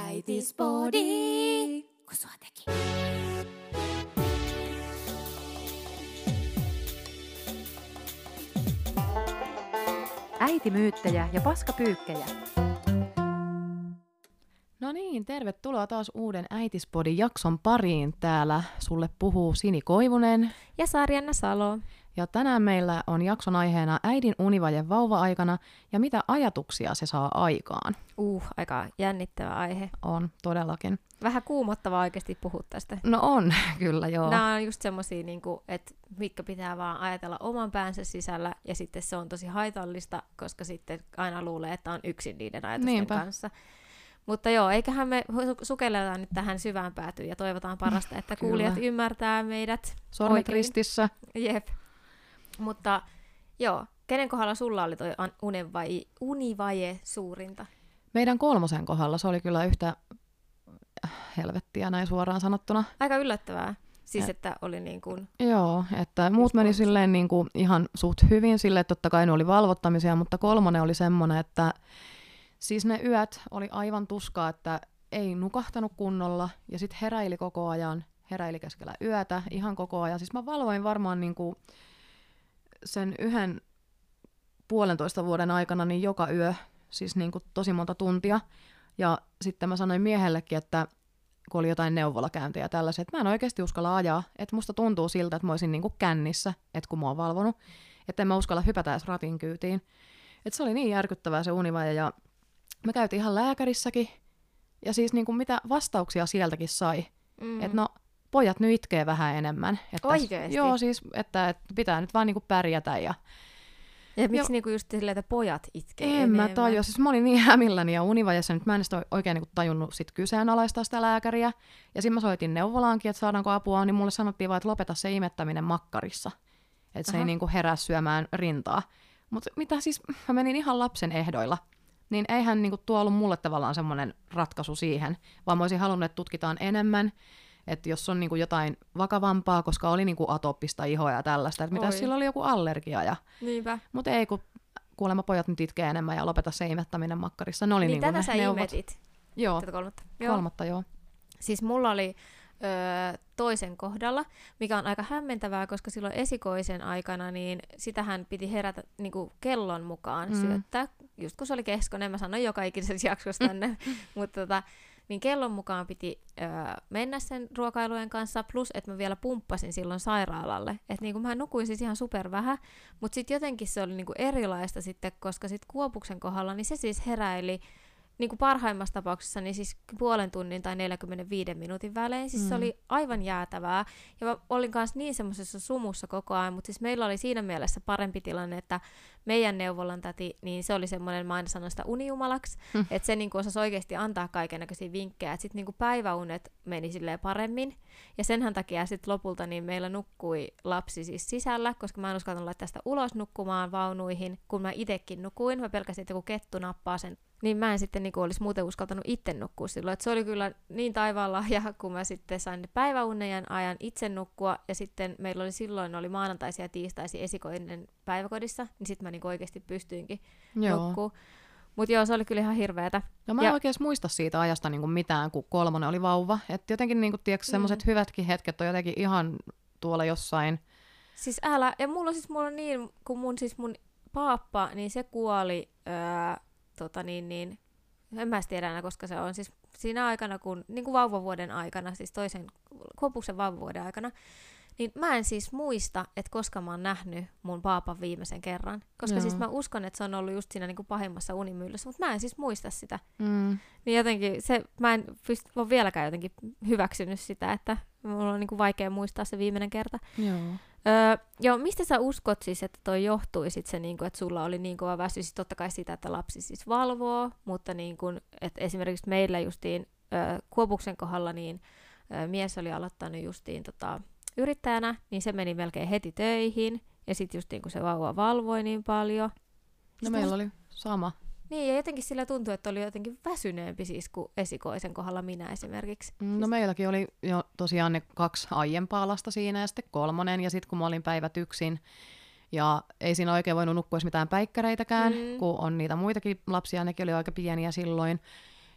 Äitispodi, kun sua teki. Äitimyyttejä ja paskapyykkejä. No niin, tervetuloa taas uuden Äitispodin jakson pariin. Täällä sulle puhuu Sini Koivunen. Ja Sarjanna Salo. Ja tänään meillä on jakson aiheena äidin univaje vauva-aikana ja mitä ajatuksia se saa aikaan. Aika jännittävä aihe. On, todellakin. Vähän kuumottavaa oikeasti puhua tästä. No on, kyllä joo. Nämä on just semmosia, että mitkä pitää vaan ajatella oman päänsä sisällä, ja sitten se on tosi haitallista, koska sitten aina luulee, että on yksin niiden ajatusten kanssa. Mutta joo, eiköhän me sukelletaan nyt tähän syvään päätyyn ja toivotaan parasta, että kuulijat ymmärtää meidät. Sormet oikein. ristissä. Jep. Mutta joo, kenen kohdalla sulla oli toi univaje suurinta? Meidän 3 kohdalla se oli kyllä yhtä helvettiä näin suoraan sanottuna. Aika yllättävää. Siis että oli niin kuin... Joo, että muut meni silleen niin kuin ihan suht hyvin silleen, että totta kai ne oli valvottamisia, mutta 3 oli semmoinen, että siis ne yöt oli aivan tuskaa, että ei nukahtanut kunnolla ja sitten heräili koko ajan, heräili keskellä yötä ihan koko ajan. Siis mä valvoin varmaan niinku sen 1,5 vuoden aikana niin joka yö, siis niinku tosi monta tuntia. Ja sitten mä sanoin miehellekin, että kun oli jotain neuvolakäyntiä ja tällaisia, että mä en oikeasti uskalla ajaa, että musta tuntuu siltä, että mä olisin niinku kännissä, että kun mä oon valvonut, että en mä uskalla hypätä edes ratin kyytiin. Että se oli niin järkyttävää se univaje ja me käytiin ihan lääkärissäkin, ja siis niin kuin mitä vastauksia sieltäkin sai. Että no, pojat nyt itkee vähän enemmän. Että oikeesti? Joo, siis, että pitää nyt vaan niin kuin pärjätä. Ja miksi niin kuin just silleen, että pojat itkee en enemmän? mä tajua, siis mä olin niin hämilläni ja univajassa, nyt mä en sitä oikein niin kuin tajunnut sit kyseenalaistaa sitä lääkäriä. Ja sitten mä soitin neuvolaankin, että saadaanko apua, niin mulle sanottiin vaan, että lopeta se imettäminen makkarissa. Että se ei niin kuin herää syömään rintaa. Mutta mitä siis, mä menin ihan lapsen ehdoilla. Niin eihän niinku tuo ollut mulle tavallaan semmoinen ratkaisu siihen, vaan mä olisin halunnut, että tutkitaan enemmän, että jos on niinku jotain vakavampaa, koska oli niinku atooppista ihoa ja tällaista, että mitä sillä oli joku allergia. Niinpä. Mutta ei, kun kuulemma pojat nyt itkee enemmän ja lopeta se imettäminen makkarissa. Ne oli niin niinku tätä sä imetit? Joo. Tätä 3. Joo. Siis mulla oli toisen kohdalla, mikä on aika hämmentävää, koska silloin esikoisen aikana, niin sitähän piti herätä niin kuin kellon mukaan syöttää. Just kun se oli keskonen, mä sanoin joka ikisessä jaksossa tänne, mutta niin kellon mukaan piti mennä sen ruokailujen kanssa, plus että mä vielä pumppasin silloin sairaalalle. Että niin kuin mä nukuin siis ihan super vähän, mutta sitten jotenkin se oli niin kuin erilaista sitten, koska sitten Kuopuksen kohdalla, niin se siis heräili niin kuin parhaimmassa tapauksessa niin siis 0,5 tunnin tai 45 minuutin välein. Siis se oli aivan jäätävää. Ja mä olin kanssa niin semmoisessa sumussa koko ajan, mutta siis meillä oli siinä mielessä parempi tilanne, että meidän neuvolan täti, niin se oli semmoinen, mä aina sanon sitä unijumalaksi, että se niin kuin osasi oikeasti antaa kaikennäköisiä vinkkejä, että sitten niin kuin päiväunet meni silleen paremmin. Ja senhän takia sitten lopulta niin meillä nukkui lapsi siis sisällä, koska mä en uskaltanut laittaa sitä ulos nukkumaan vaunuihin, kun mä itsekin nukuin. Mä pelkäsin, että joku kettu nappaa sen. Niin mä en sitten niinku olisi muuten uskaltanut itse nukkua silloin. Et se oli kyllä niin taivaalla, ja kun mä sitten sain päiväunen ajan itse nukkua, ja sitten meillä oli silloin maanantaisia ja tiistaisia esikoinen päiväkodissa, niin sitten mä niinku oikeasti pystyinkin nukkua. Mutta joo, se oli kyllä ihan hirveetä. No mä en oikein muista siitä ajasta niinku mitään, kun 3 oli vauva. Että jotenkin niinku, semmoiset hyvätkin hetket on jotenkin ihan tuolla jossain. Siis älä, ja mulla on niin, kun mun paappa, niin se kuoli... en mä tiedä enää, koska se on siis siinä aikana, kun niin kuin vauvavuoden aikana, siis toisen Kuopuksen vauvavuoden aikana, niin mä en siis muista, että koska mä oon nähnyt mun paapan viimeisen kerran. Koska siis mä uskon, että se on ollut just siinä niin kuin pahimmassa unimyllyssä, mutta mä en siis muista sitä. Niin jotenkin mä en ole vieläkään jotenkin hyväksynyt sitä, että mulla on niin kuin vaikea muistaa se viimeinen kerta. Joo, mistä sä uskot siis, että toi johtui sit se, niinku, että sulla oli niin kova väsy, siis totta kai sitä, että lapsi siis valvoo, mutta niinku, että esimerkiksi meillä justiin Kuopuksen kohdalla, niin mies oli aloittanut justiin yrittäjänä, niin se meni melkein heti töihin, ja sitten justiin kun se vauva valvoi niin paljon. No meillä oli sama. Niin, ja jotenkin sillä tuntui, että oli jotenkin väsyneempi siis kuin esikoisen kohdalla minä esimerkiksi. No meilläkin oli jo tosiaan ne 2 aiempaa lasta siinä ja sitten 3. Ja sitten kun mä olin päivät yksin ja ei siinä oikein voinut nukkua mitään päikkäreitäkään, kun on niitä muitakin lapsia, nekin oli aika pieniä silloin.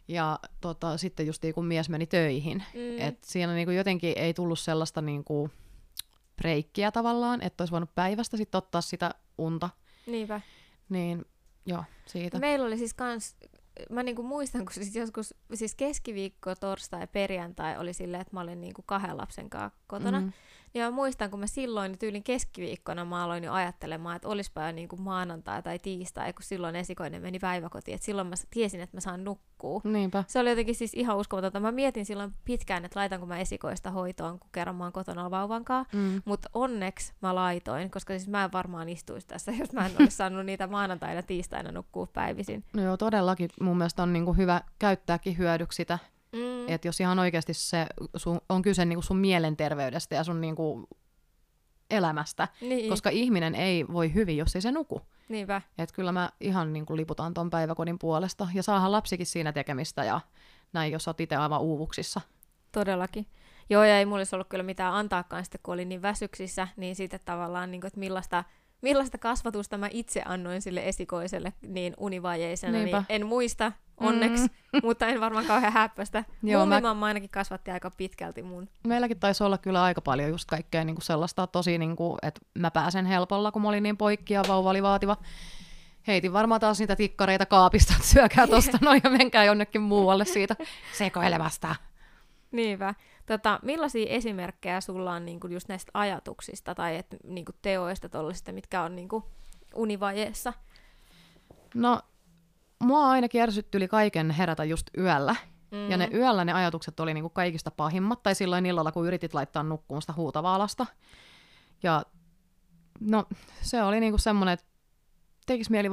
Ja sitten just kun mies meni töihin. Et siinä niinku jotenkin ei tullut sellaista niinku breikkiä tavallaan, että olisi voinut päivästä sitten ottaa sitä unta. Niinpä. Niin, joo, siitä. Meillä oli siis kans, mä niinku muistan, kun siis joskus siis keskiviikko, torstai ja perjantai oli silleen, että mä olin niinku 2 lapsen kanssa kotona. Ja mä muistan, kun mä silloin tyylin keskiviikkona mä aloin jo ajattelemaan, että olispa jo niinku maanantai tai tiistai, kun silloin esikoinen meni päiväkotiin. Et silloin mä tiesin, että mä saan nukkua. Niinpä. Se oli jotenkin siis ihan uskomatonta. Mä mietin silloin pitkään, että laitanko mä esikoista hoitoon, kun kerran mä oon kotona vauvankaan. Mutta onneksi mä laitoin, koska siis mä en varmaan istuisi tässä, jos mä en olisi saanut niitä maanantaina ja tiistaina nukkua päivisin. No joo, todellakin mun mielestä on niinku hyvä käyttääkin hyödyksi sitä. Että jos ihan oikeasti se on kyse niinku sun mielenterveydestä ja sun niinku elämästä, niin. Koska ihminen ei voi hyvin, jos ei se nuku. Niinpä. Että kyllä mä ihan niinku liputan ton päiväkodin puolesta. Ja saahan lapsikin siinä tekemistä ja näin, jos oot itse aivan uuvuksissa. Todellakin. Joo, ja ei mulla ollut kyllä mitään antaakaan sitten, kun olin niin väsyksissä, niin sitten tavallaan, niin kuin, että millaista kasvatusta mä itse annoin sille esikoiselle niin univajeisena, niin en muista onneksi, mutta en varmaan kauhean häppästä. Mun mamma ainakin kasvatti aika pitkälti mun. Meilläkin taisi olla kyllä aika paljon just kaikkea niin kuin sellaista tosi, niin kuin, että mä pääsen helpolla, kun mä olin niin poikki ja vauva oli vaativa. Heitin varmaan taas niitä tikkareita kaapista, että syökää tosta noin ja menkää jonnekin muualle siitä sekoilemasta. Niinpä. Millaisia esimerkkejä sulla on niinku just näistä ajatuksista tai niinku teoista tollisista, mitkä on niinku univajeessa? No, mua ainakin ärsyttyi kaiken herätä just yöllä. Ja ne yöllä ne ajatukset oli niinku kaikista pahimmat. Tai silloin illalla, kun yritit laittaa nukkuun sitä huutavaa lasta. Ja no, se oli niinku semmoinen, että tekis mieli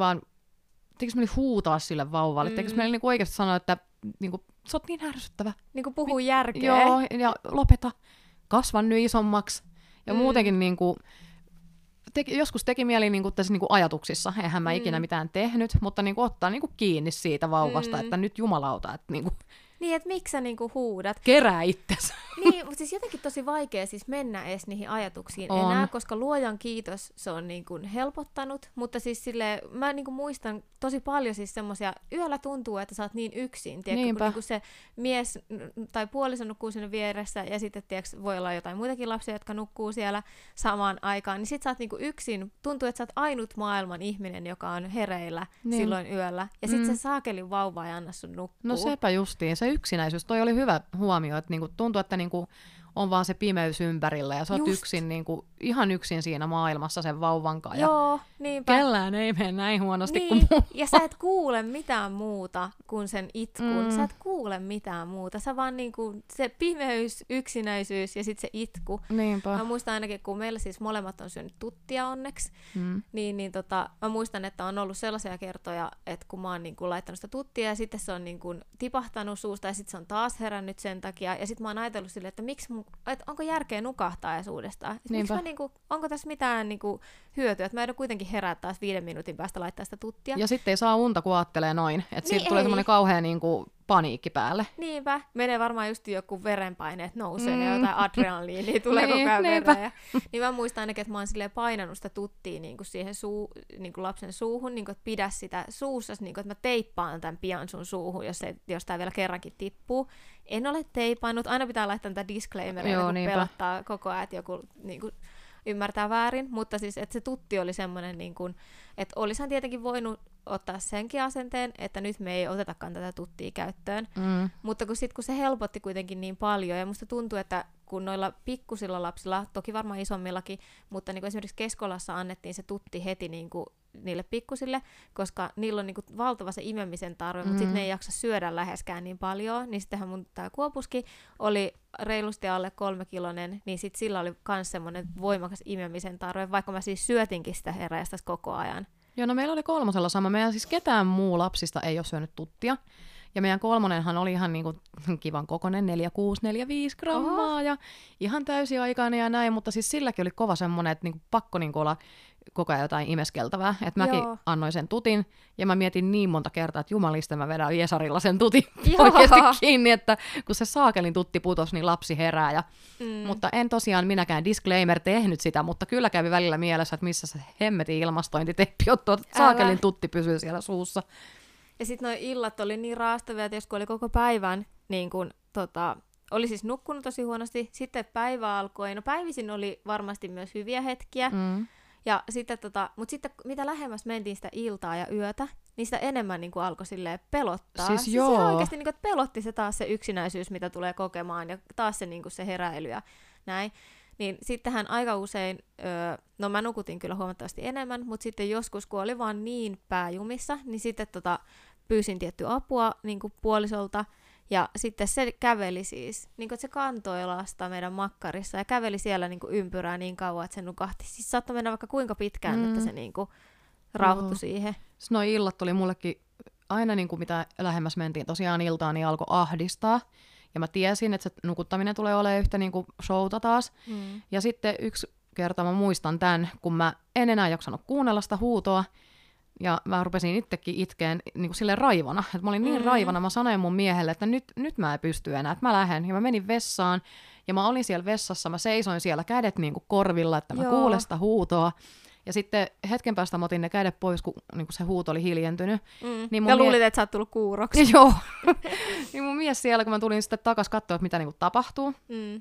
huutaa sille vauvalle. Tekis mieli niinku oikeasti sanoa, että niinku, sä oot niin ärsyttävä. Niinku puhuu järkeä. Joo, ja lopeta. Kasvan nyt isommaksi. Ja muutenkin niinku, joskus teki mieli niinku, tässä niinku ajatuksissa. Eihän mä ikinä mitään tehnyt, mutta niinku, ottaa niinku kiinni siitä vauvasta, että nyt jumalauta. Että niinku, niin, että miksi sä niinku huudat? Kerää itsesi. Niin, mutta siis jotenkin tosi vaikea siis mennä edes niihin ajatuksiin enää, koska luojan kiitos se on niinku helpottanut, mutta siis silleen, mä niinku muistan tosi paljon siis semmosia, yöllä tuntuu, että sä oot niin yksin, tiedätkö, kun niinku se mies tai puoliso nukkuu sinne vieressä ja sitten tiedätkö, voi olla jotain muitakin lapsia, jotka nukkuu siellä samaan aikaan, niin sit sä oot niinku yksin, tuntuu, että sä oot ainut maailman ihminen, joka on hereillä silloin yöllä, ja sit se saakelin vauva ei anna sun nukkua. No sepä justiin, se yksinäisyys, toi oli hyvä huomio, että niinku tuntuu, että niinku on vaan se pimeys ympärillä ja sä oot yksin, niinku, ihan yksin siinä maailmassa sen vauvan kanssa. Joo, niinpä. Kellään ei mene näin huonosti niin. kuin mulla. Ja sä et kuule mitään muuta kuin sen itkun. Sä et kuule mitään muuta. Sä vaan niinku, se pimeys, yksinäisyys ja sitten se itku. Niinpä. Mä muistan ainakin, kun meillä siis molemmat on syönyt tuttia onneksi, niin mä muistan, että on ollut sellaisia kertoja, että kun mä oon niinku laittanut sitä tuttia ja sitten se on niinku tipahtanut suusta ja sitten se on taas herännyt sen takia. Ja sitten mä oon ajatellut silleen, että onko järkeä nukahtaisuudestaan? Niinku, onko tässä mitään niinku hyötyä? Että mä en kuitenkin herää taas 5 minuutin päästä laittaa sitä tuttia. Ja sitten ei saa unta, kun ajattelee noin. Että niin siitä tulee semmoinen kauhea niinku paniikki päälle. Niinpä. Menee varmaan just joku verenpaineet nousee ja jotain adrenaliinia tulee koko ajan vereen. Niin mä muistan ainakin, että mä oon silleen painanut sitä tuttia niinku siihen niinku lapsen suuhun, niinku, että pidä sitä suussa, niinku, että mä teippaan tämän pian sun suuhun, jos tää vielä kerrankin tippuu. En ole teipannut. Aina pitää laittaa tätä disclaimeria, kun pelottaa koko ajan, että joku niinku ymmärtää väärin, mutta siis, että se tutti oli semmoinen, niin kuin, että olisihan tietenkin voinut ottaa senkin asenteen, että nyt me ei otetakaan tätä tuttia käyttöön, mutta kun se helpotti kuitenkin niin paljon, ja musta tuntuu, että kun noilla pikkusilla lapsilla, toki varmaan isommillakin, mutta niin kuin esimerkiksi Keskolassa annettiin se tutti heti niin kuin niille pikkusille, koska niillä on niin kuin valtava se imemisen tarve, mutta sitten ne ei jaksa syödä läheskään niin paljon, niin sittenhän mun tää Kuopuskin oli reilusti alle 3-kilonen, niin sit sillä oli myös semmoinen voimakas imemisen tarve, vaikka mä siis syötinkin sitä heräjästäs koko ajan. Joo, no meillä oli 3 sama. Meidän siis ketään muu lapsista ei ole syönyt tuttia. Ja meidän 3:nhan oli ihan niinku kivan kokoinen, 4,6-4,5 grammaa ja ihan täysiaikainen ja näin, mutta siis silläkin oli kova semmoinen, että niinku pakko niinku olla koko ajan jotain imeskeltävää. Että mäkin annoin sen tutin ja mä mietin niin monta kertaa, että jumalista mä vedän Jesarilla sen tutin oikeasti kiinni, että kun se saakelin tutti putosi, niin lapsi herää. Ja, mutta en tosiaan minäkään disclaimer tehnyt sitä, mutta kyllä kävi välillä mielessä, että missä se hemmetin ilmastointiteppi on, että saakelin tutti pysyy siellä suussa. Ja sitten noi illat oli niin raastavia, että jos kun oli koko päivän, niin kun, oli siis nukkunut tosi huonosti, sitten päivä alkoi, no päivisin oli varmasti myös hyviä hetkiä, ja sitten, mutta sitten mitä lähemmäs mentiin sitä iltaa ja yötä, niin sitä enemmän niin kuin alkoi silleen pelottaa. Siis siis joo. ihan oikeasti niin kuin, että pelotti se taas se yksinäisyys, mitä tulee kokemaan, ja taas se, niin kuin se heräily ja näin. Niin sittenhän aika usein, no mä nukutin kyllä huomattavasti enemmän, mutta sitten joskus, kun oli vaan niin pääjumissa, niin sitten pyysin tiettyä apua niin kuin puolisolta, ja sitten se käveli siis, niin kuin, että se kantoi lasta meidän makkarissa, ja käveli siellä niin kuin ympyrää niin kauan, että se nukahti. Siis saattoi mennä vaikka kuinka pitkään, että se niin kuin rauhoittui siihen. Noi illat oli mullekin aina niin kuin mitä lähemmäs mentiin tosiaan iltaan, niin alkoi ahdistaa. Ja mä tiesin, että se nukuttaminen tulee olemaan yhtä niin kuin showta taas. Ja sitten yksi kerta mä muistan tämän, kun mä en enää jaksanut kuunnella sitä huutoa. Ja mä rupesin itsekin itkeen niin kuin silleen raivona. Että mä olin niin raivona, mä sanoin mun miehelle, että nyt mä en pysty enää, että mä lähden. Ja mä menin vessaan, ja mä olin siellä vessassa, mä seisoin siellä kädet niin kuin korvilla, että mä kuulen sitä huutoa. Ja sitten hetken päästä mä otin ne kädet pois, kun niinku se huuto oli hiljentynyt. Niin ja luulit, että sä oot tullut kuuroksi. Joo. Niin mun mies siellä, kun mä tulin sitten takas katsoa, että mitä niinku tapahtuu,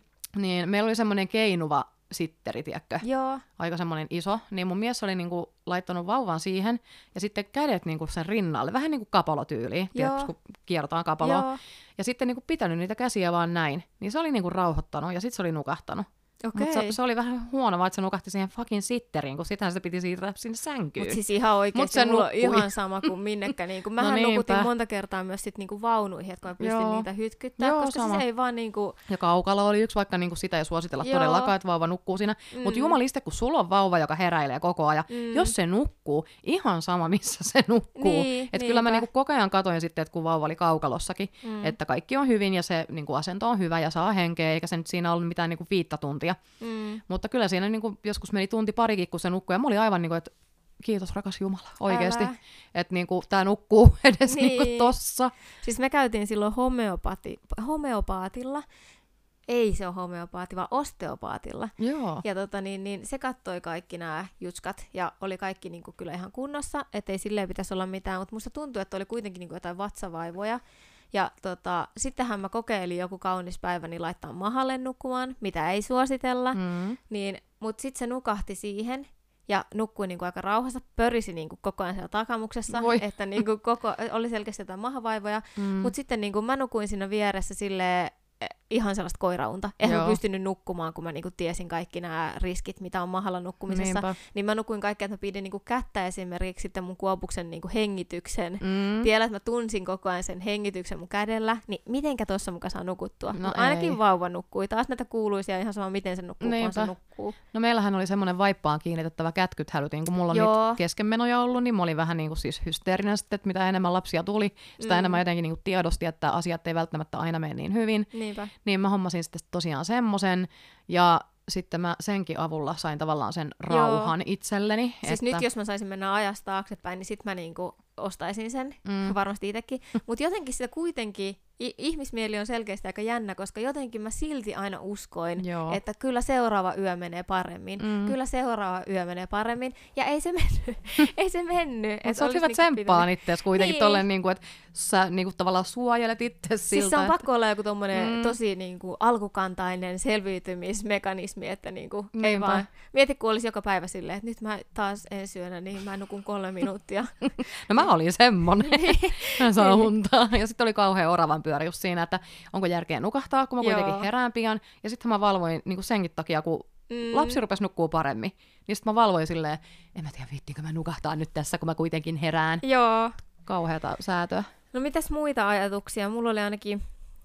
niin meillä oli semmoinen keinuva sitteri, tiedätkö? Joo. Aika semmoinen iso. Niin mun mies oli niinku laittanut vauvan siihen, ja sitten kädet niinku sen rinnalle, vähän niin kuin kapalotyyliin, tiedätkö, kun kiertaan kapaloa. Joo. Ja sitten niinku pitänyt niitä käsiä vaan näin. Niin se oli niinku rauhoittanut, ja sitten se oli nukahtanut. Mutta se oli vähän huono, vaan että se nukahti siihen fucking sitteriin, kun sitähän se piti siirtää sinne sänkyyn. Mutta siis ihan oikeasti mulla on ihan sama kuin minnekään. Niin mähän nukutin monta kertaa myös sit niinku vaunuihin, että kun mä pystyn niitä hytkyttämään, koska sama. Se ei vaan niinku... Ja kaukalo oli yksi, vaikka niinku sitä ei suositella todellakaan, että vauva nukkuu siinä. Mutta jumaliste, kun sulla on vauva, joka heräilee koko ajan, jos se nukkuu, ihan sama missä se nukkuu. Niin, että kyllä mä niinku koko ajan katoin sitten, että kun vauva oli kaukalossakin, että kaikki on hyvin ja se niinku asento on hyvä ja saa henkeä, eikä se nyt siinä ollut mitään niinku 5 tuntia. Mutta kyllä siinä niinku joskus meni tunti parikin, kun se nukkui, ja mä olin aivan niinku, että kiitos rakas Jumala, oikeesti, että niinku tää nukkuu edes niinku tossa. Siis me käytiin silloin homeopaatilla, ei se ole homeopaati, vaan osteopaatilla. Joo. Ja se kattoi kaikki nämä jutskat, ja oli kaikki niinku kyllä ihan kunnossa, ettei silleen pitäisi olla mitään, mutta musta tuntui, että oli kuitenkin niinku jotain vatsavaivoja. Ja sittenhän mä kokeilin joku kaunis päivä niin laittaa mahalle nukkumaan, mitä ei suositella, mutta sitten se nukahti siihen ja nukkui niinku aika rauhassa, pörisi niinku koko ajan siellä takamuksessa, että niinku oli selkeästi jotain mahavaivoja, mutta sitten niinku mä nukuin siinä vieressä silleen, ihan sellaista koiraunta. Eihän mä pystynyt nukkumaan, kun mä niinku tiesin kaikki nämä riskit, mitä on mahalla nukkumisessa. Niinpä. Niin mä nukuin kaikkea, että mä pidin niinku kättä esimerkiksi sitten mun kuopuksen niinku hengityksen. Vielä, että mä tunsin koko ajan sen hengityksen mun kädellä. Niin mitenkä tuossa muka saa nukuttua? No ainakin vauva nukkui. Taas näitä kuuluisia ihan sama, miten se nukkuu, kun se nukkuu. No meillähän oli semmoinen vaippaan kiinnitettävä kätkythälytin, kun mulla on nyt keskenmenoja ollut, niin mä olin vähän niinku siis hysteerinen sitten, että mitä enemmän lapsia tuli, sitä enemmän jotenkin niinku tiedosti, että asiat ei välttämättä aina mene niin hyvin. Niinpä. Niin mä hommasin sitten tosiaan semmosen, ja sitten mä senkin avulla sain tavallaan sen rauhan itselleni. Siis nyt jos mä saisin mennä ajasta taaksepäin, niin sit mä niinku ostaisin sen, varmasti itsekin. Mutta jotenkin sitä kuitenkin, ihmismieli on selkeästi aika jännä, koska jotenkin mä silti aina uskoin, että kyllä seuraava yö menee paremmin. Kyllä seuraava yö menee paremmin. Ja ei se mennyt. Ei se mennyt. Sä oot hyvä tsemppaan itseäsi kuitenkin tolleen, niinku, että sä niinku, tavallaan suojelet itseäsi siltä. Siis se on pakko olla joku tommonen tosi niinku, alkukantainen selviytymismekanismi, että niinku, ei vaan. Mieti, kun olisi joka päivä silleen, että nyt mä taas ensi yönä, niin mä nukun 3 minuuttia. No mä olin semmonen. Mä saan untaa. Ja sitten oli kauhean oravan pyörä just siinä, että onko järkeä nukahtaa, kun mä kuitenkin herään pian. Ja sitten mä valvoin niin senkin takia, kun lapsi rupesi nukkuu paremmin. Niin sitten mä valvoin silleen, en mä tiedä viittiinkö mä nukahtaa nyt tässä, kun mä kuitenkin herään. Joo. Kauheata säätöä. No mitäs muita ajatuksia? Mulla oli ainakin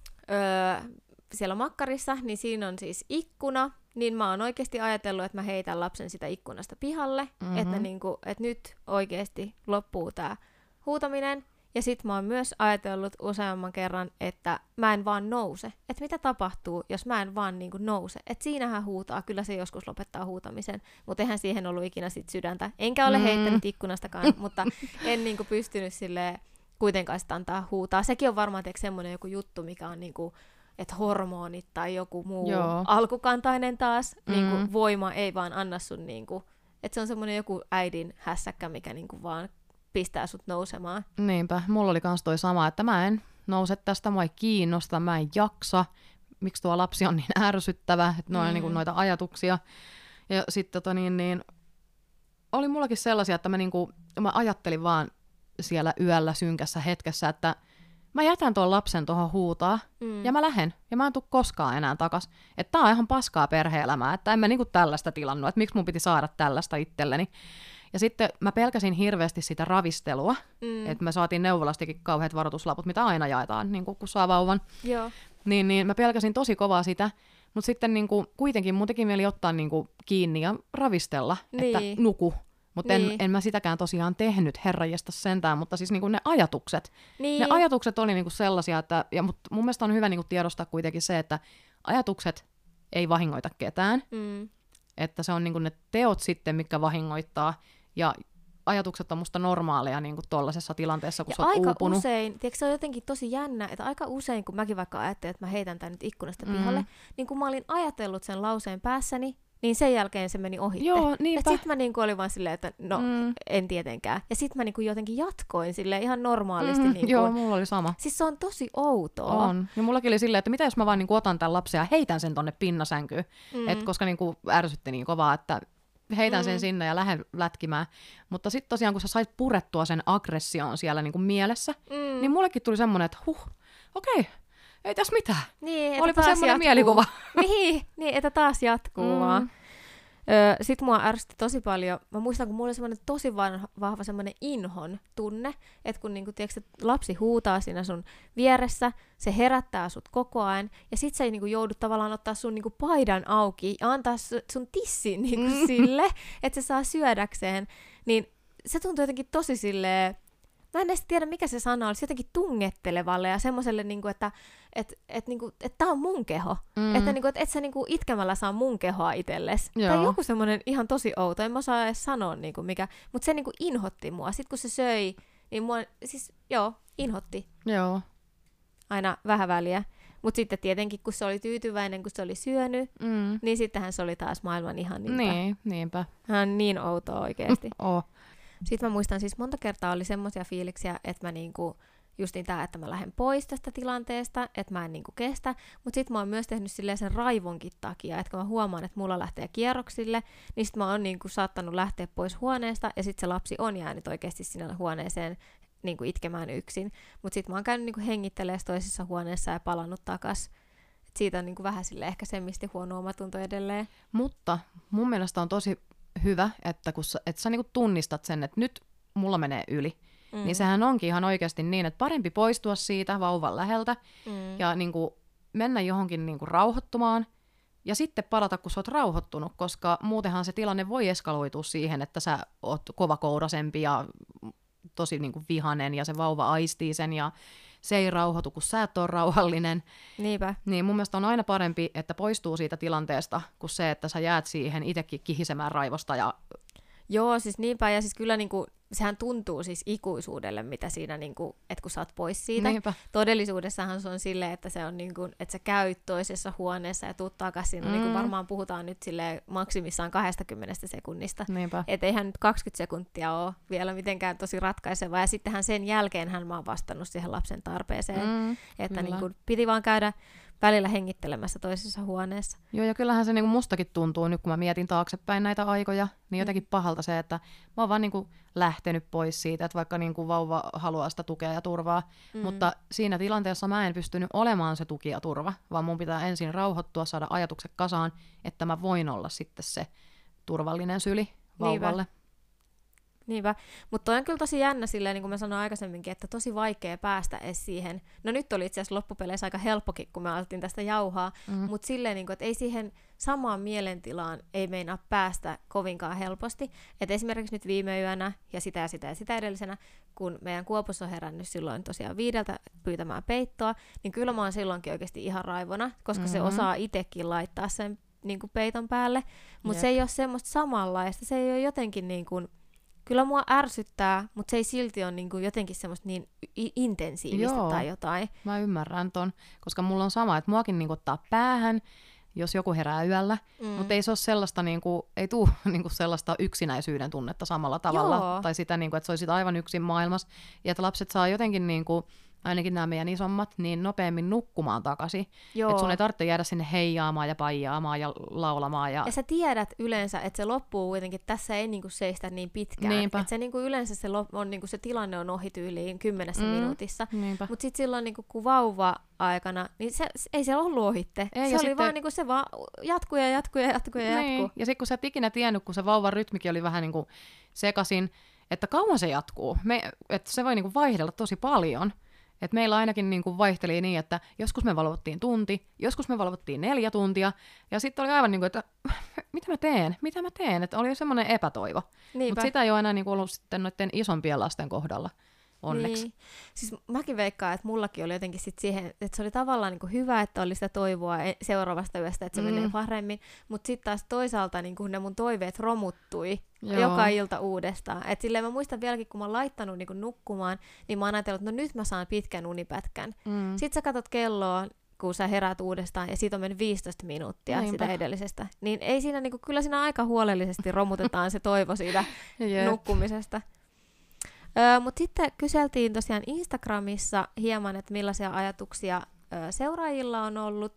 siellä makkarissa, niin siinä on siis ikkuna. Niin mä oon oikeasti ajatellut, että mä heitän lapsen sitä ikkunasta pihalle. Että niinku, et nyt oikeasti loppuu tää huutaminen. Ja sit mä oon myös ajatellut useamman kerran, että mä en vaan nouse. Että mitä tapahtuu, jos mä en vaan niinku nouse. Että siinähän huutaa, kyllä se joskus lopettaa huutamisen. Mutta eihän siihen ollut ikinä sit sydäntä. Enkä ole heittänyt ikkunastakaan, mutta en niinku pystynyt silleen kuitenkaan sitä antaa huutaa. Sekin on varmaan semmoinen joku juttu, mikä on niinku, että hormonit tai joku muu alkukantainen taas, niinku voima ei vaan anna sun niinku, että se on semmoinen joku äidin hässäkkä, mikä niinku vaan pistää sut nousemaan. Niinpä, mulla oli kans toi sama, että mä en nouse tästä, mua ei kiinnosta, mä en jaksa. Miksi tuo lapsi on niin ärsyttävä, että noin niinku noita ajatuksia. Ja sitten oli mullakin sellaisia, että mä ajattelin vaan siellä yöllä synkässä hetkessä, että mä jätän tuon lapsen tuohon huutaa ja mä lähden. Ja mä en tuu koskaan enää takas. Että tää on ihan paskaa perhe-elämää, että en mä niinku tällaista tilannut, että miksi mun piti saada tällaista itselleni. Ja sitten mä pelkäsin hirveästi sitä ravistelua, että me saatiin neuvolastikin kauheat varoituslaput, mitä aina jaetaan, niin kun saa vauvan. Joo. Niin mä pelkäsin tosi kovaa sitä, mutta sitten kuitenkin mun teki mieli ottaa kiinni ja ravistella, että nuku. Mutta en mä sitäkään tosiaan tehnyt, herranjesta sentään, mutta siis ne ajatukset. Niin. Ne ajatukset oli sellaisia, että mun mielestä on hyvä tiedostaa kuitenkin se, että ajatukset ei vahingoita ketään. Että se on ne teot sitten, mitkä vahingoittaa, ja ajatukset on musta normaaleja tuollaisessa tilanteessa, kun ja sä oot aika uupunut. usein, tiedätkö, se on jotenkin tosi jännä, että aika usein, kun mäkin vaikka ajattelin, että mä heitän tän nyt ikkunasta pihalle, niin kun mä olin ajatellut sen lauseen päässäni, niin sen jälkeen se meni ohitte. Joo, niinpä. Ja sit mä olin vaan silleen, että en tietenkään. Ja sit mä jotenkin jatkoin silleen ihan normaalisti. Joo, mulla oli sama. Siis se on tosi outoa. On. Ja mullakin oli silleen, että mitä jos mä vaan otan tämän lapsen ja heitän sen tonne pinnasänkyyn. Koska ärsytti niin kovaa, että heitän sen sinne ja lähden lätkimään. Mutta sitten tosiaan, kun sä sait purettua sen aggression siellä mielessä, niin mullekin tuli semmoinen, että okei. Ei tässä mitään. Niin, olipa semmoinen mielikuva. niin, että taas jatkuu vaan. Sitten mua ärsytti tosi paljon. Mä muistan, kun mulla oli semmoinen tosi vahva semmoinen inhon tunne, että kun tiedätkö, lapsi huutaa siinä sun vieressä, se herättää sut koko ajan, ja sit sä ei joudut tavallaan ottaa sun paidan auki ja antaa sun tissin sille, että se saa syödäkseen. Niin se tuntui jotenkin tosi silleen, mä en edes tiedä, mikä se sana olisi, jotenkin tungettelevalle ja semmoiselle, että tää on mun keho. Että et sä itkemällä saa mun kehoa itsellesi. Tai joku semmoinen ihan tosi outo, en mä osaa edes sanoa mikä, mutta se inhotti mua. Sitten kun se söi, niin mua siis inhotti. Joo. Aina vähän väliä. Mutta sitten tietenkin, kun se oli tyytyväinen, kun se oli syönyt, niin sittenhän se oli taas maailman ihaninta. Niin, niinpä. Hän on niin outoa oikeesti. Oh. Sitten mä muistan siis monta kertaa oli semmoisia fiiliksiä, että mä justiin tää, että mä lähden pois tästä tilanteesta, että mä en kestä, mutta sitten mä oon myös tehnyt silleen sen raivonkin takia, että kun mä huomaan, että mulla lähtee kierroksille, niin sit mä oon saattanut lähteä pois huoneesta, ja sitten se lapsi on jäänyt oikeasti sinne huoneeseen itkemään yksin, mutta sitten mä oon käynyt hengittelemään toisessa huoneessa ja palannut takas. Et siitä on vähän silleen ehkä semmisti huono omatunto edelleen. Mutta mun mielestä on tosi hyvä, että että sä tunnistat sen, että nyt mulla menee yli. Niin sehän onkin ihan oikeasti niin, että parempi poistua siitä vauvan läheltä ja mennä johonkin rauhoittumaan ja sitten palata, kun sä oot rauhoittunut, koska muutenhan se tilanne voi eskaloitua siihen, että sä oot kovakourasempi ja tosi vihanen ja se vauva aistii sen ja se ei rauhoitu, kun sä et ole rauhallinen. Niinpä. Niin mun mielestä on aina parempi, että poistuu siitä tilanteesta, kuin se, että sä jäät siihen itsekin kihisemään raivosta. Joo, siis niinpä. Ja siis kyllä sehän tuntuu siis ikuisuudelle, mitä siinä, että kun sä oot pois siitä. Niinpä. Todellisuudessahan se on silleen, että se on että sä käyt toisessa huoneessa ja tuut takaisin. Varmaan puhutaan nyt silleen maksimissaan 20 sekunnista. Että eihän nyt 20 sekuntia ole vielä mitenkään tosi ratkaisevaa. Ja sittenhän sen jälkeen mä oon vastannut siihen lapsen tarpeeseen. Että piti vaan käydä välillä hengittelemässä toisessa huoneessa. Joo, ja kyllähän se mustakin tuntuu nyt, kun mä mietin taaksepäin näitä aikoja, niin jotenkin pahalta se, että mä oon vaan lähtenyt pois siitä, että vaikka vauva haluaa sitä tukea ja turvaa, mutta siinä tilanteessa mä en pystynyt olemaan se tuki ja turva, vaan mun pitää ensin rauhoittua, saada ajatukset kasaan, että mä voin olla sitten se turvallinen syli vauvalle. Niinpä, mutta toi on kyllä tosi jännä silleen, niin kuin mä sanoin aikaisemminkin, että tosi vaikea päästä edes siihen. No nyt oli itse asiassa loppupeleissä aika helppokin, kun me alettiin tästä jauhaa, mutta silleen, niin kuin, että ei siihen samaan mielentilaan ei meinaa päästä kovinkaan helposti. Että esimerkiksi nyt viime yönä ja sitä edellisenä, kun meidän Kuopus on herännyt silloin tosiaan 5 pyytämään peittoa, niin kyllä mä oon silloinkin oikeasti ihan raivona, koska se osaa itsekin laittaa sen peiton päälle, mutta se ei ole semmoista samanlaista, se ei ole jotenkin kyllä mua ärsyttää, mutta se ei silti ole jotenkin semmoista niin intensiivistä tai jotain. Mä ymmärrän ton, koska mulla on sama, että muakin ottaa päähän jos joku herää yöllä, mutta ei se ole sellaista, niinku, ei tule niinku sellaista yksinäisyyden tunnetta samalla tavalla, Joo. tai sitä, niinku, että se olisi aivan yksin maailmassa, ja että lapset saa jotenkin, niinku, ainakin nämä meidän isommat, niin nopeammin nukkumaan takaisin, että sun ei tarvitse jäädä sinne heijaamaan ja paijaamaan ja laulamaan. Ja sä tiedät yleensä, että se loppuu kuitenkin, tässä ei niinku seistä niin pitkään, että se niinku yleensä on niinku se tilanne on ohi tyyliin 10 minuutissa, mutta sitten silloin niinku, kun vauva-aikana, niin se ei se ollut ohitte. Ei, se oli sitten vaan niinku, se vaan jatkuu ja jatkuu ja jatkuu ja niin. jatkuu. Ja sitten kun sä et ikinä tiennyt, kun se vauvan rytmikin oli vähän niinku sekasin, että kauan se jatkuu, että se voi niinku vaihdella tosi paljon. Et meillä ainakin niinku vaihteli niin, että joskus me valvottiin tunti, joskus me valvottiin 4 tuntia, ja sitten oli aivan niin kuin, että mitä mä teen, että oli semmoinen epätoivo. Mutta sitä ei ole enää niinku ollut sitten noiden isompien lasten kohdalla, onneksi. Niin. Siis mäkin veikkaan, että mullakin oli jotenkin sit siihen, että se oli tavallaan niinku hyvä, että oli sitä toivoa seuraavasta yöstä, että se menee paremmin, mutta sitten taas toisaalta niinku ne mun toiveet romuttui joka ilta uudestaan. Et silleen mä muistan vieläkin, kun mä oon laittanut niinku nukkumaan, niin mä oon ajatellut, että no nyt mä saan pitkän unipätkän. Sitten sä katot kelloa, kun sä herät uudestaan, ja siitä on mennyt 15 minuuttia sitä edellisestä. Niin ei siinä, niinku, kyllä siinä aika huolellisesti romutetaan se toivo siitä nukkumisesta. Mutta sitten kyseltiin tosiaan Instagramissa hieman, että millaisia ajatuksia seuraajilla on ollut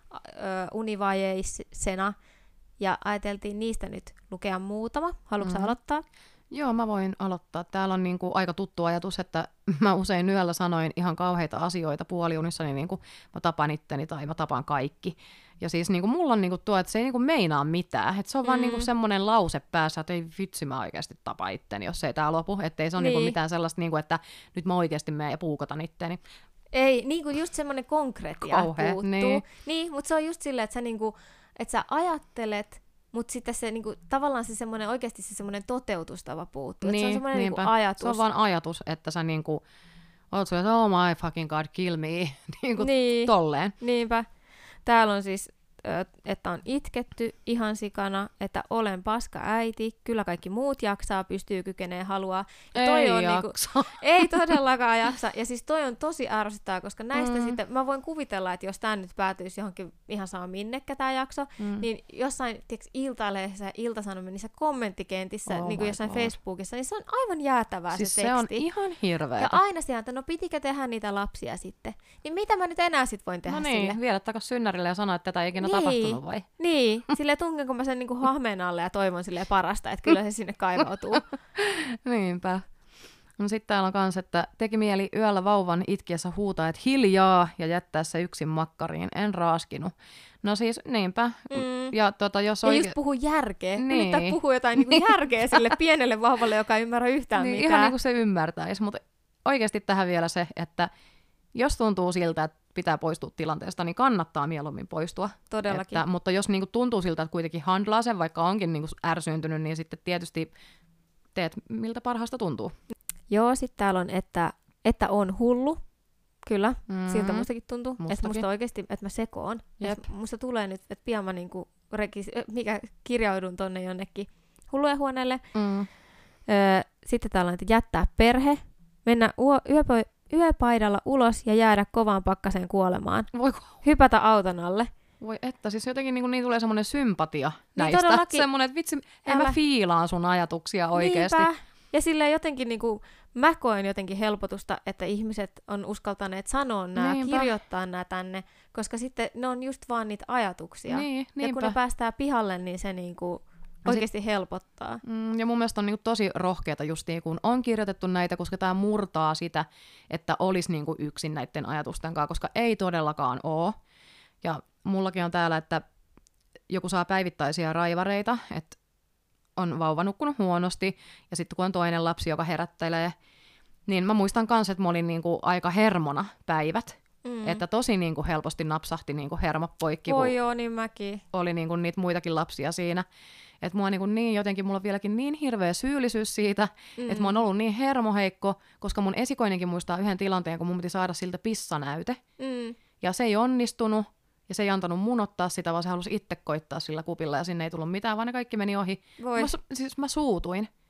univajeisena, ja ajateltiin niistä nyt lukea muutama. Haluatko aloittaa? Joo, mä voin aloittaa. Täällä on niinku aika tuttu ajatus, että mä usein yöllä sanoin ihan kauheita asioita puoliunissani, niinku mä tapan itteni tai mä tapan kaikki. Ja siis niinku mulla on niinku tuo, että se ei niinku meinaa mitään. Että se on vaan niinku semmoinen lause päässä, että ei vitsi mä oikeasti tapa itteni, jos ei tää lopu. Että ei se ole niinku mitään sellaista, niinku, että nyt mä oikeasti menen ja puukotan itteni. Ei, niinku just semmoinen konkretia puuttuu. Niin, mutta se on just silleen, että sä, niinku, että sä ajattelet, mutta sitten se niinku, tavallaan se semmoinen, oikeasti se semmoinen toteutustava puuttuu. Niin, se on semmoinen niinku ajatus. Se on vaan ajatus, että sä niinku, oot sulle, että oh my fucking god, kill me, niinku tolleen. Niinpä. Täällä on siis, että on itketty ihan sikana, että olen paska äiti, kyllä kaikki muut jaksaa, pystyy, kykenee, haluaa. Ja toi ei on jaksa. Niinku, ei todellakaan jaksa. Ja siis toi on tosi ärsyttävää, koska näistä sitten, mä voin kuvitella, että jos tää nyt päätyisi johonkin ihan saa minnekä tää jakso, niin jossain Iltalehdessä ja Ilta-Sanomissa kommenttikentissä, niin kuin jossain Facebookissa, niin se on aivan jäätävää siis se teksti. Se on ihan hirveetä. Ja aina siellä, että no pitikö tehdä niitä lapsia sitten? Niin mitä mä nyt enää sit voin tehdä sille? No niin, viedä takas synnärille ja sanoa, että tätä ei ikinä tapahtunut vai? Niin, silleen tunkenko mä sen niinku hahmeen alle ja toivon silleen parasta, että kyllä se sinne kaivautuu. Niinpä. No sitten täällä on kans, että teki mieli yöllä vauvan itkiessä huutaa, että hiljaa ja jättää se yksin makkariin, en raaskinut. No siis niinpä. Ja jos ja just puhu järkeä. Niin. Yrittää puhua jotain niinku järkeä sille pienelle vauvalle, joka ei ymmärrä yhtään niin, mitään. Ihan niin kuin se ymmärtäisi, mutta oikeasti tähän vielä se, että jos tuntuu siltä, että pitää poistua tilanteesta, niin kannattaa mieluummin poistua. Todellakin. Mutta jos niinku tuntuu siltä, että kuitenkin handlaa sen, vaikka onkin niinku ärsyyntynyt, niin sitten tietysti teet miltä parhaasta tuntuu. Joo, sitten täällä on, että on hullu. Kyllä, siltä mustakin tuntuu. Että musta oikeasti, että mä sekoon. Musta tulee nyt, että pian mä niinku kirjaudun tonne jonnekin hullujen huoneelle. Sitten täällä on, että jättää perhe, mennä yöpaidalla ulos ja jäädä kovaan pakkaseen kuolemaan. Voiko? Hypätä auton alle. Voi että, siis jotenkin niin tulee semmoinen sympatia niin näistä. Semmoinen, että vitsi, mä fiilaan sun ajatuksia oikeasti. Niinpä. Ja silleen jotenkin niinku, mä koen jotenkin helpotusta, että ihmiset on uskaltaneet sanoa nämä, kirjoittaa nämä tänne, koska sitten ne on just vaan niitä ajatuksia. Ja kun ne päästään pihalle, niin se niinku oikeasti helpottaa. Ja mun mielestä on niinku tosi rohkeata just niin, kun on kirjoitettu näitä, koska tämä murtaa sitä, että olisi niinku yksin näiden ajatusten kanssa, koska ei todellakaan ole. Ja mullakin on täällä, että joku saa päivittäisiä raivareita, että on vauva nukkunut huonosti, ja sitten kun on toinen lapsi, joka herättelee, niin mä muistan kanssa, että mä olin niinku aika hermona päivät. Että tosi niinku helposti napsahti niinku hermo poikki, kun joo, niin mäkin. oli niinku niitä muitakin lapsia siinä. Että mua niin jotenkin, mulla on vieläkin niin hirveä syyllisyys siitä, että mä oon ollut niin hermoheikko, koska mun esikoinenkin muistaa yhden tilanteen, kun mun piti saada siltä pissanäyte. Ja se ei onnistunut, ja se ei antanut mun ottaa sitä, vaan se halusi itse koittaa sillä kupilla, ja sinne ei tullut mitään, vaan ne kaikki meni ohi. Mä suutuin.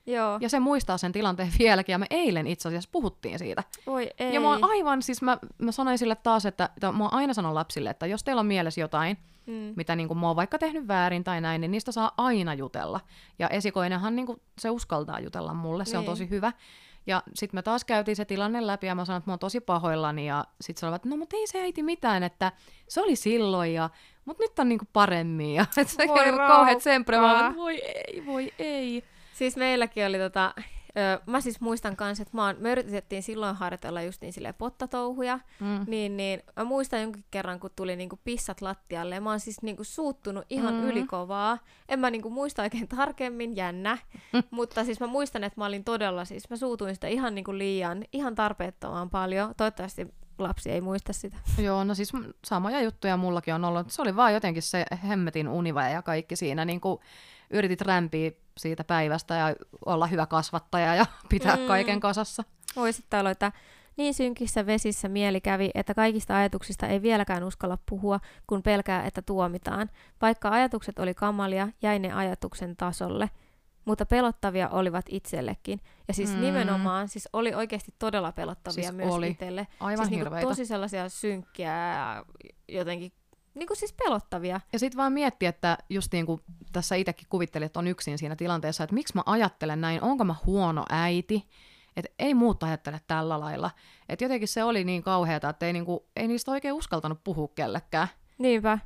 Joo. Ja se muistaa sen tilanteen vieläkin, ja me eilen itse asiassa puhuttiin siitä. Voi ei. Ja mä oon aivan, siis mä sanoin sille taas, että mä oon aina sanon lapsille, että jos teillä on mielessä jotain, mitä niin kuin mä oon vaikka tehnyt väärin tai näin, niin niistä saa aina jutella. Ja esikoinenhan niin kuin, se uskaltaa jutella mulle, se on tosi hyvä. Ja sitten me taas käytiin se tilanne läpi, ja mä sanoin, että mä oon tosi pahoillani, ja sitten sanoin, että no mut ei se äiti mitään, että se oli silloin, mut nyt on niinku paremmin, ja että se on niinku kauheat sempre, että voi ei. Siis meilläkin oli mä siis muistan kans, että me yritettiin silloin harjoitella just niin silleen pottatouhuja, niin mä muistan jonkin kerran, kun tuli niinku pissat lattialle, ja mä oon siis niinku suuttunut ihan ylikovaa. En mä niinku muista oikein tarkemmin, jännä, mutta siis mä muistan, että mä olin todella, siis mä suutuin sitä ihan niinku ihan tarpeettoman paljon. Toivottavasti lapsi ei muista sitä. Joo, no siis samoja juttuja mullakin on ollut. Se oli vaan jotenkin se hemmetin univaja ja kaikki siinä, niinku yritit rämpiä siitä päivästä ja olla hyvä kasvattaja ja pitää kaiken kasassa. Voi sitten olla, että niin synkissä vesissä mieli kävi, että kaikista ajatuksista ei vieläkään uskalla puhua, kun pelkää, että tuomitaan. Vaikka ajatukset oli kamalia, jäi ne ajatuksen tasolle. Mutta pelottavia olivat itsellekin. Ja siis nimenomaan siis oli oikeasti todella pelottavia siis myös itselle. Aivan siis hirveitä. Niinku tosi sellaisia synkkiä ja jotenkin niinku siis pelottavia. Ja sitten vaan mietti, että just niin kuin tässä itsekin kuvittelin, että on yksin siinä tilanteessa, että miksi mä ajattelen näin, onko mä huono äiti, että ei muut ajattele tällä lailla. Että jotenkin se oli niin kauheata, että ei niistä oikein uskaltanut puhua kellekään. Niinpä.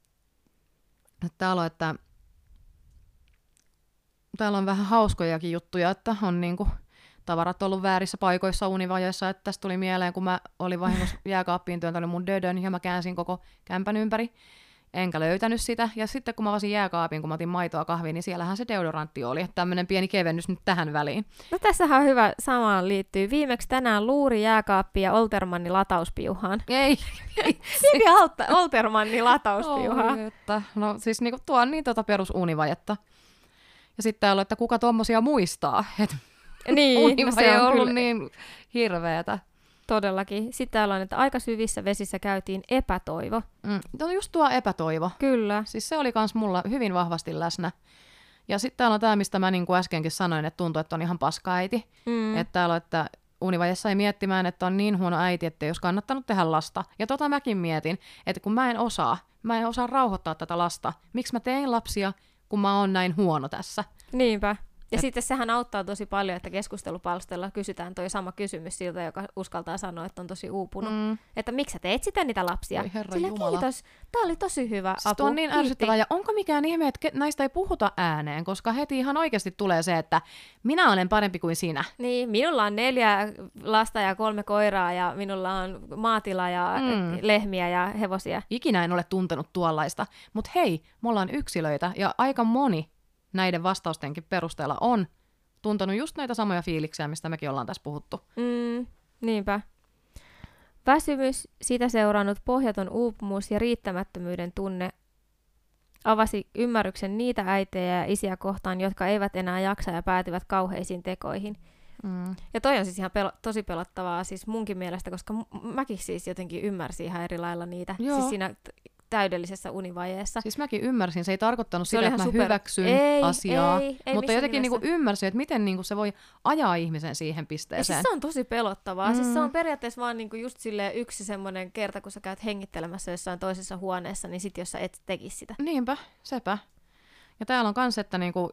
Täällä on vähän hauskojakin juttuja, että on niinku tavarat ollut väärissä paikoissa univajeissa, että tästä tuli mieleen, kun mä olin vahingossa jääkaappiin työntänyt mun dödön ja mä käänsin koko kämpän ympäri, enkä löytänyt sitä. Ja sitten kun mä avasin jääkaapin, kun mä otin maitoa kahviin, niin siellähän se deodorantti oli. Että tämmönen pieni kevennys nyt tähän väliin. No tässähän on hyvä, samaan liittyy. Viimeksi tänään luuri jääkaappi ja Oltermannin latauspiuhaan. Ei. Nimi Oltermannin latauspiuhaan. No siis niinku tuo on niin perus univajetta. Ja sitten täällä on, että kuka tommosia muistaa. Niin, no se on ollut kyllä niin hirveetä. Todellakin. Sitten täällä on, että aika syvissä vesissä käytiin epätoivo. No just tuo epätoivo. Kyllä. Siis se oli kans mulla hyvin vahvasti läsnä. Ja sitten täällä on tämä, mistä mä niin kuin äskenkin sanoin, että tuntuu, että on ihan paska äiti. Että täällä on, että univajessa ei miettimään, että on niin huono äiti, että ei olisi kannattanut tehdä lasta. Ja mäkin mietin, että kun mä en osaa rauhoittaa tätä lasta. Miksi mä teen lapsia, kun mä oon näin huono tässä? Niinpä. Ja sitten sehän auttaa tosi paljon, että keskustelupalstalla kysytään toi sama kysymys siltä, joka uskaltaa sanoa, että on tosi uupunut. Että miksi sä teet sitä niitä lapsia? Oi herra Jumala. Kiitos. Tää oli tosi hyvä siis apu. On niin ärsyttävää. Ja onko mikään ihme, että näistä ei puhuta ääneen, koska heti ihan oikeasti tulee se, että minä olen parempi kuin sinä. Niin, minulla on 4 lasta ja 3 koiraa ja minulla on maatila ja lehmiä ja hevosia. Ikinä en ole tuntenut tuollaista. Mutta hei, me ollaan yksilöitä ja aika moni näiden vastaustenkin perusteella on tuntenut just näitä samoja fiiliksiä, mistä mekin ollaan tässä puhuttu. Niinpä. Väsymys, sitä seurannut pohjaton uupumus ja riittämättömyyden tunne avasi ymmärryksen niitä äitejä ja isiä kohtaan, jotka eivät enää jaksa ja päätyvät kauheisiin tekoihin. Ja toi on siis ihan tosi pelottavaa siis munkin mielestä, koska mäkin siis jotenkin ymmärsin ihan eri lailla niitä. Joo. Siis siinä täydellisessä univajeessa. Siis mäkin ymmärsin, se ei tarkoittanut sitä, että mä hyväksyn asiaa, mutta jotenkin niinku ymmärsin, että miten niinku se voi ajaa ihmisen siihen pisteeseen. Ja siis se on tosi pelottavaa. Siis se on periaatteessa vaan niinku just silleen yksi semmoinen kerta, kun sä käyt hengittelemässä jossain toisessa huoneessa, niin sit jos sä et tekisi sitä. Niinpä, sepä. Ja täällä on kans, että niinku,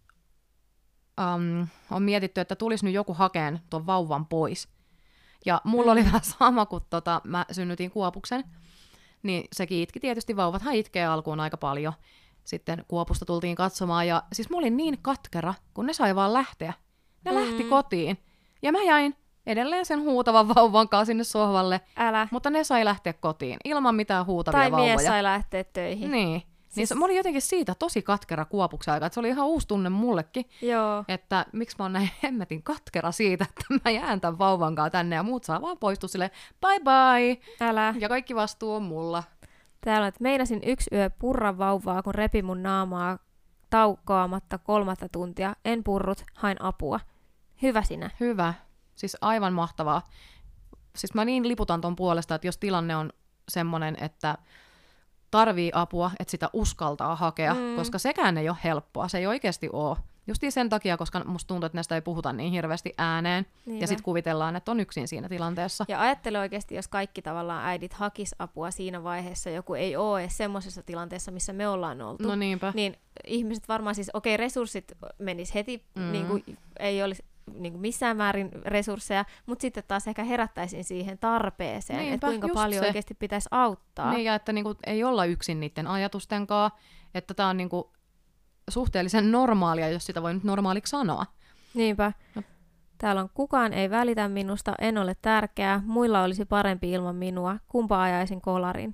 on mietitty, että tulisi nyt joku hakeen tuon vauvan pois. Ja mulla oli vähän sama, kun mä synnytin Kuopuksen. Niin sekin itki tietysti, vauvathan itkee alkuun aika paljon. Sitten Kuopusta tultiin katsomaan ja siis mä olin niin katkera, kun ne sai vaan lähteä. Ne lähti kotiin. Ja mä jäin edelleen sen huutavan vauvan kanssa sinne sohvalle. Mutta ne sai lähteä kotiin ilman mitään huutavia vauvoja. Tai mies sai lähteä töihin. Niin. Siis mä olin jotenkin siitä tosi katkera Kuopuksen aikaa, että se oli ihan uusi tunne mullekin. Joo. Että miksi mä oon näin hemmetin katkera siitä, että mä jään tämän vauvan kanssa tänne ja muut saa vaan poistua silleen bye bye. Ja kaikki vastuu on mulla. Täällä on, että meinasin yksi yö purra vauvaa, kun repi mun naamaa taukoamatta 3 tuntia. En purrut, hain apua. Hyvä sinä. Hyvä. Siis aivan mahtavaa. Siis mä niin liputan ton puolesta, että jos tilanne on semmonen, että tarvii apua, että sitä uskaltaa hakea, koska sekään ei ole helppoa. Se ei oikeasti ole. Justiin sen takia, koska musta tuntuu, että näistä ei puhuta niin hirveästi ääneen. Niinpä. Ja sitten kuvitellaan, että on yksin siinä tilanteessa. Ja ajattele oikeasti, jos kaikki tavallaan äidit hakis apua siinä vaiheessa, joku ei ole edes semmoisessa tilanteessa, missä me ollaan oltu. No niinpä. Niin ihmiset varmaan siis, resurssit menis heti, niin kuin, ei olisi niin kuin missään määrin resursseja, mutta sitten taas ehkä herättäisiin siihen tarpeeseen, Niinpä, että kuinka just paljon se. oikeasti pitäisi auttaa. Niin, ja että niinku, ei olla yksin niiden ajatustenkaan. Että tämä on niinku suhteellisen normaalia, jos sitä voi nyt normaaliksi sanoa. Niinpä. No. Täällä on kukaan ei välitä minusta, en ole tärkeää, muilla olisi parempi ilman minua, kumpa ajaisin kolarin.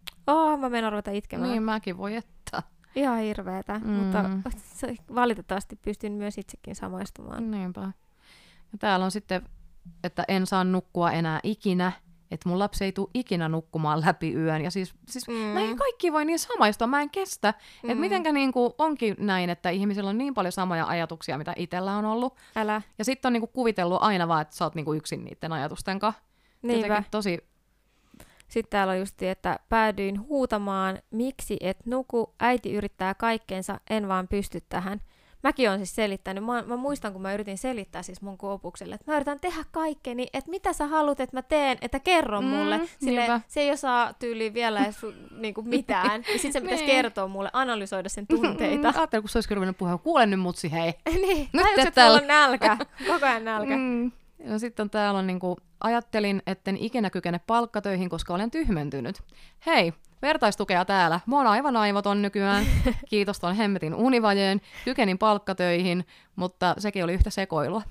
Mä menen ruveta itkemään. Niin, mäkin voi että. Ihan hirveetä, mutta valitettavasti pystyn myös itsekin samaistumaan. Niinpä. Ja täällä on sitten, että en saa nukkua enää ikinä, että mun lapsi ei tule ikinä nukkumaan läpi yön. Ja siis näin kaikki voi niin samaistua, mä en kestä. Että mitenkä niinku onkin näin, että ihmisillä on niin paljon samoja ajatuksia, mitä itsellä on ollut. Älä. Ja sitten on niinku kuvitellut aina vaan, että sä oot niinku yksin niiden ajatusten kanssa. Niinpä. Jotenkin tosi... Sitten täällä on just, että päädyin huutamaan, miksi et nuku, äiti yrittää kaikkeensa, en vaan pysty tähän. Mäkin olen siis selittänyt, mä muistan, kun mä yritin selittää siis mun koopukselle, että mä yritän tehdä kaikkeni, että mitä sä haluat, että mä teen, että kerro mulle. Sille, se ei osaa tyyliin vielä edes niinku mitään. Ja sit se pitäisi kertoa mulle, analysoida sen tunteita. Ajattelin, kun se olisi ruvennut puheen, kuule nyt mutsi, hei. Niin, tajutko, että mulla on nälkä, koko ajan nälkä. No sitten täällä on niinku, ajattelin, etten ikinä kykene palkkatöihin, koska olen tyhmentynyt. Hei, vertaistukea täällä. Mä oon aivan aivoton nykyään. Kiitos ton hemmetin univajeen. Kykenin palkkatöihin, mutta sekin oli yhtä sekoilua.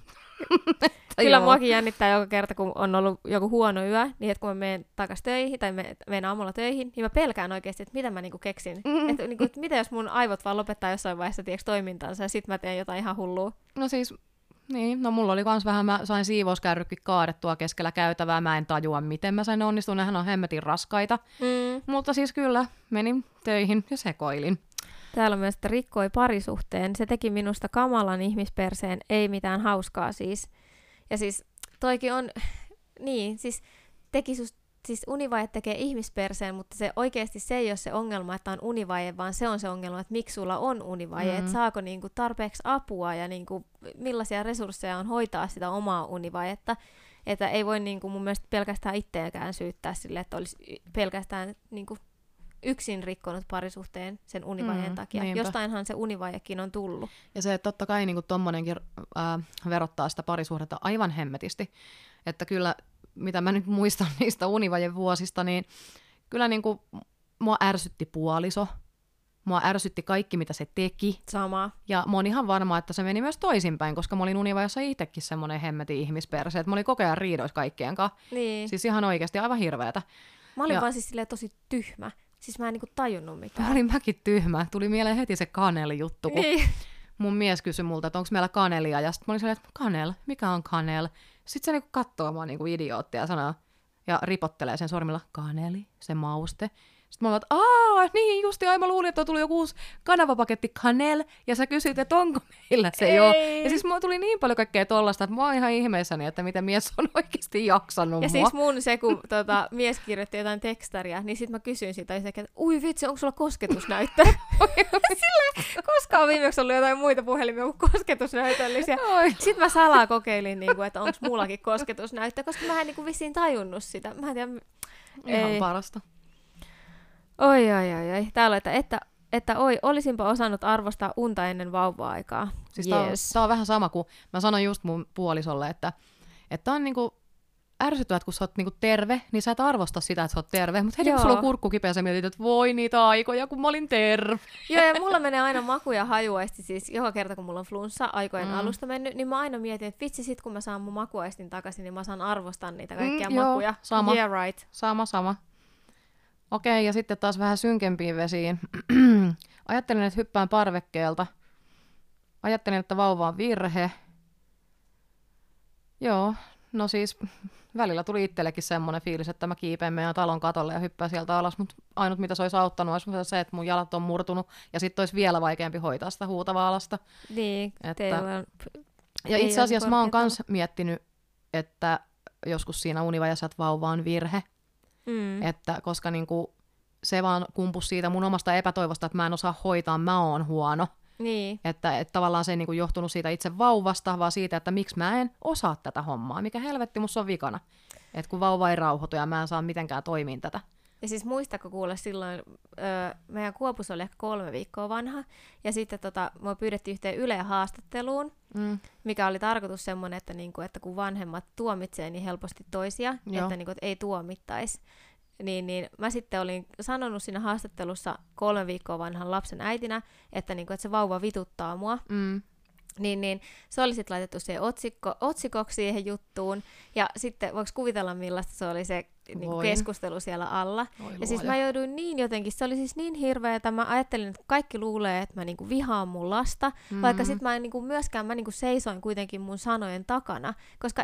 Kyllä muakin jännittää joka kerta, kun on ollut joku huono yö, niin että kun mä menen takaisin töihin tai menen aamulla töihin, niin mä pelkään oikeasti, että mitä mä niinku keksin. Että niinku, et mitä jos mun aivot vaan lopettaa jossain vaiheessa toimintansa ja sit mä teen jotain ihan hullua. No siis... Niin, no mulla oli kans vähän, mä sain siivouskärrykin kaadettua keskellä käytävää, mä en tajua miten mä sain onnistua, nehän on hemmetin raskaita. Mutta siis kyllä, menin töihin ja sekoilin. Täällä on myös, että rikkoi parisuhteen, se teki minusta kamalan ihmisperseen, ei mitään hauskaa siis. Ja siis toikin on, niin, siis teki siis univaje tekee ihmisperseen, mutta se oikeasti se ei ole se ongelma, että on univaje, vaan se on se ongelma, että miksi sulla on univaje, että saako niinku tarpeeksi apua ja niinku millaisia resursseja on hoitaa sitä omaa univajetta. Että ei voi niinku mun mielestä pelkästään itseäkään syyttää sille, että olisi pelkästään niinku yksin rikkonut parisuhteen sen univajeen takia. Niinpä. Jostainhan se univajekin on tullut. Ja se, että totta kai niin tommonenkin verottaa sitä parisuhdetta aivan hemmetisti. Että kyllä, mitä mä nyt muistan niistä univajevuosista, niin kyllä niin kuin mua ärsytti puoliso. Mua ärsytti kaikki, mitä se teki. Sama. Ja mä oon ihan varma, että se meni myös toisinpäin, koska mä olin univajassa itsekin semmoinen hemmetin ihmisperse, että mä olin koko ajan riidoissa kaikkien kanssa. Niin. Siis ihan oikeasti aivan hirveetä. Mä olin vaan siis silleen tosi tyhmä. Siis mä en niinku tajunnut mitään. Mä olin mäkin tyhmä. Tuli mieleen heti se kaneli-juttu, kun mun mies kysyi multa, että onko meillä kanelia. Ja sitten mä olin silleen, että kanel, mikä on kanel? Sitten se niinku katsoo mua niinku idioottia ja sanoo, ja ripottelee sen sormilla, kaneli, se mauste. Sitten mä olin, että niin justi, mä luulin, että on tullut joku uusi kanavapaketti Kanel, ja sä kysyt, että onko meillä se jo. Ja siis mulla tuli niin paljon kaikkea tollasta, että mä oon ihan ihmeissäni, että miten mies on oikeasti jaksanut ja mua. siis mun se, kun mies kirjoitti jotain tekstaria, niin sit mä kysyin siitä, että ui vitsi, onko sulla kosketusnäyttö? Sillä koskaan viimeksi ollut jotain muita puhelimia kuin kosketusnäytöllisiä. Sitten mä salaa kokeilin, että onko mullakin kosketusnäyttö, koska mä en vissiin tajunnut sitä. Mä en tiedä. Ihan parasta. Oi. Täällä on, että olisinpa osannut arvostaa unta ennen vauva-aikaa. Siis tää on vähän sama kuin mä sanoin just mun puolisolle, että on niinku ärsyttävää, että kun sä oot niinku terve, niin sä et arvosta sitä, että sä oot terve. Mutta heti kun sulla on kurkku kipeä, sä mietit, että voi niitä aikoja, kun mä olin terve. Joo, ja mulla menee aina maku ja hajuaisti, siis joka kerta kun mulla on flunssa aikojen alusta mennyt, niin mä aina mietin, että vitsi sit kun mä saan mun makuaistin takaisin, niin mä saan arvostaa niitä kaikkia makuja. Sama. Yeah, right. Sama. Okei, ja sitten taas vähän synkempiin vesiin. Ajattelin, että hyppään parvekkeelta. Ajattelin, että vauva on virhe. Joo, no siis välillä tuli itsellekin semmoinen fiilis, että mä kiipeen meidän talon katolle ja hyppään sieltä alas, mutta ainut mitä se olisi auttanut olisi se, että mun jalat on murtunut ja sitten olisi vielä vaikeampi hoitaa sitä huutavaa alasta. Niin, ja itse asiassa mä oon kans miettinyt, että joskus siinä univajassa, että vauva on virhe. Että koska niinku se vaan kumpus siitä mun omasta epätoivosta, että mä en osaa hoitaa, mä oon huono. Niin. Että tavallaan se ei niinku johtunut siitä itse vauvasta, vaan siitä, että miksi mä en osaa tätä hommaa. Mikä helvetti musta on vikana. Että kun vauva ei rauhoitu ja mä en saa mitenkään toimiin tätä. Ja siis muistako kuule silloin, meidän Kuopus oli ehkä 3 viikkoa vanha, ja sitten mua pyydettiin yhteen Yleen haastatteluun, mikä oli tarkoitus semmoinen, että, niinku, että kun vanhemmat tuomitsee niin helposti toisia, että, niinku, että ei tuomittaisi. Niin mä sitten olin sanonut siinä haastattelussa 3 viikkoa vanhan lapsen äitinä, että, niinku, että se vauva vituttaa mua. Niin se oli sitten laitettu siihen otsikoksi siihen juttuun, ja sitten voiko kuvitella millaista se oli se niinku keskustelu siellä alla. Ja siis mä jouduin niin jotenkin, se oli siis niin hirveä, että mä ajattelin, että kaikki luulee, että mä niinku vihaan mun lasta, vaikka sit mä en niinku myöskään, mä niinku seisoin kuitenkin mun sanojen takana, koska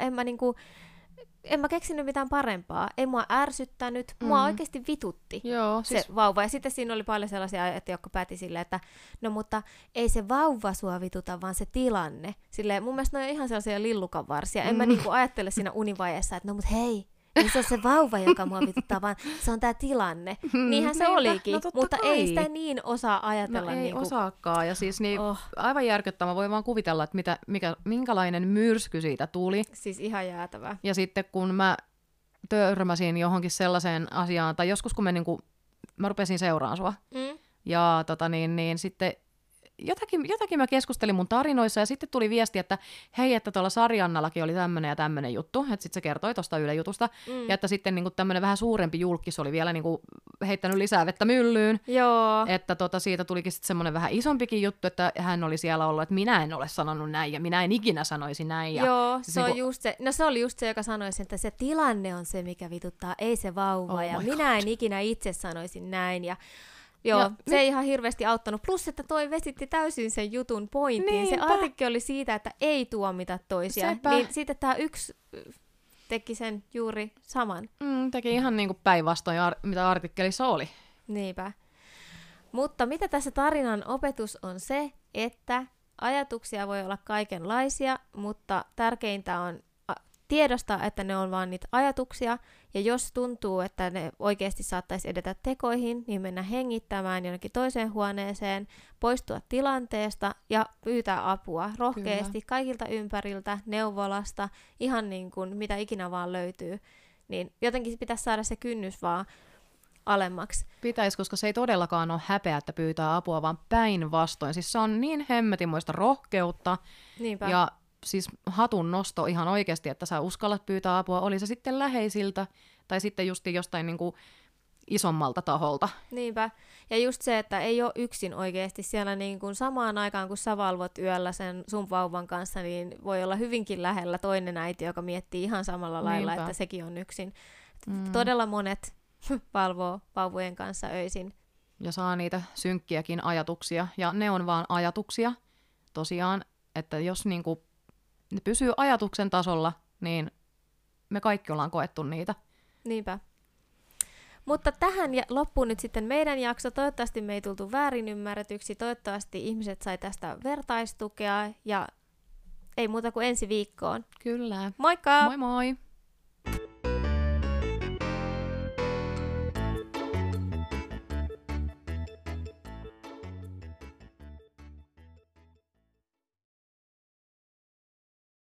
en mä keksinyt mitään parempaa. Ei mua ärsyttänyt, mua oikeasti vitutti se vauva. Ja sitten siinä oli paljon sellaisia ajatteluja, jotka pääti silleen, että no mutta ei se vauva sua vituta, vaan se tilanne. Silleen, mun mielestä ne on ihan sellaisia lillukanvarsia. En mä niinku ajattele siinä univaiheessa, että no mut hei, ei se ole se vauva, joka mua vituttaa, vaan se on tää tilanne. Niinhän se olikin, mutta kai. Ei sitä niin osaa ajatella. No ei osaakaan, ja siis aivan järkyttävää. Mä voin vaan kuvitella, että minkälainen myrsky siitä tuli. Siis ihan jäätävää. Ja sitten kun mä törmäsin johonkin sellaiseen asiaan, tai joskus kun mä rupesin seuraan sua, ja sitten jotakin mä keskustelin mun tarinoissa, ja sitten tuli viesti, että hei, että tuolla Sarjannallakin oli tämmönen ja tämmönen juttu, että sitten se kertoi tuosta Yle Jutusta, ja että sitten niinku tämmönen vähän suurempi julkis oli vielä niinku heittänyt lisää vettä myllyyn, että siitä tulikin sitten semmoinen vähän isompikin juttu, että hän oli siellä ollut, että minä en ole sanonut näin, ja minä en ikinä sanoisi näin. Ja se on just se, no se oli just se, joka sanoi sen, että se tilanne on se, mikä vituttaa, ei se vauva, ja minä en ikinä itse sanoisi näin, ja se ei ihan hirveästi auttanut. Plus, että toi vesitti täysin sen jutun pointin. Se artikkeli oli siitä, että ei tuomita toisia. Sepä. Niin sitten tämä yksi teki sen juuri saman. Teki ihan niin kuin päinvastoin, mitä artikkelissa oli. Niinpä. Mutta mitä tässä tarinan opetus on se, että ajatuksia voi olla kaikenlaisia, mutta tärkeintä on tiedostaa, että ne on vaan niitä ajatuksia, ja jos tuntuu, että ne oikeasti saattaisi edetä tekoihin, niin mennä hengittämään jonnekin toiseen huoneeseen, poistua tilanteesta ja pyytää apua rohkeasti kaikilta ympäriltä, neuvolasta, ihan niin kuin mitä ikinä vaan löytyy. Niin jotenkin pitäisi saada se kynnys vaan alemmaksi. Pitäisi, koska se ei todellakaan ole häpeä, että pyytää apua, vaan päinvastoin. Siis se on niin hemmetimoista rohkeutta. Niinpä. Ja siis hatun nosto ihan oikeasti, että sä uskallat pyytää apua, oli se sitten läheisiltä tai sitten just jostain niin kuin isommalta taholta. Niinpä. Ja just se, että ei ole yksin oikeasti siellä niin kuin samaan aikaan, kun sä valvot yöllä sen sun vauvan kanssa, niin voi olla hyvinkin lähellä toinen äiti, joka miettii ihan samalla lailla, että sekin on yksin. Todella monet valvoo vauvojen kanssa öisin. Ja saa niitä synkkiäkin ajatuksia, ja ne on vaan ajatuksia. Tosiaan, että jos niinku ne pysyy ajatuksen tasolla, niin me kaikki ollaan koettu niitä. Niinpä. Mutta tähän loppuun nyt sitten meidän jakso. Toivottavasti me ei tultu väärin ymmärretyksi. Toivottavasti ihmiset sai tästä vertaistukea ja ei muuta kuin ensi viikkoon. Kyllä. Moikka! Moi moi!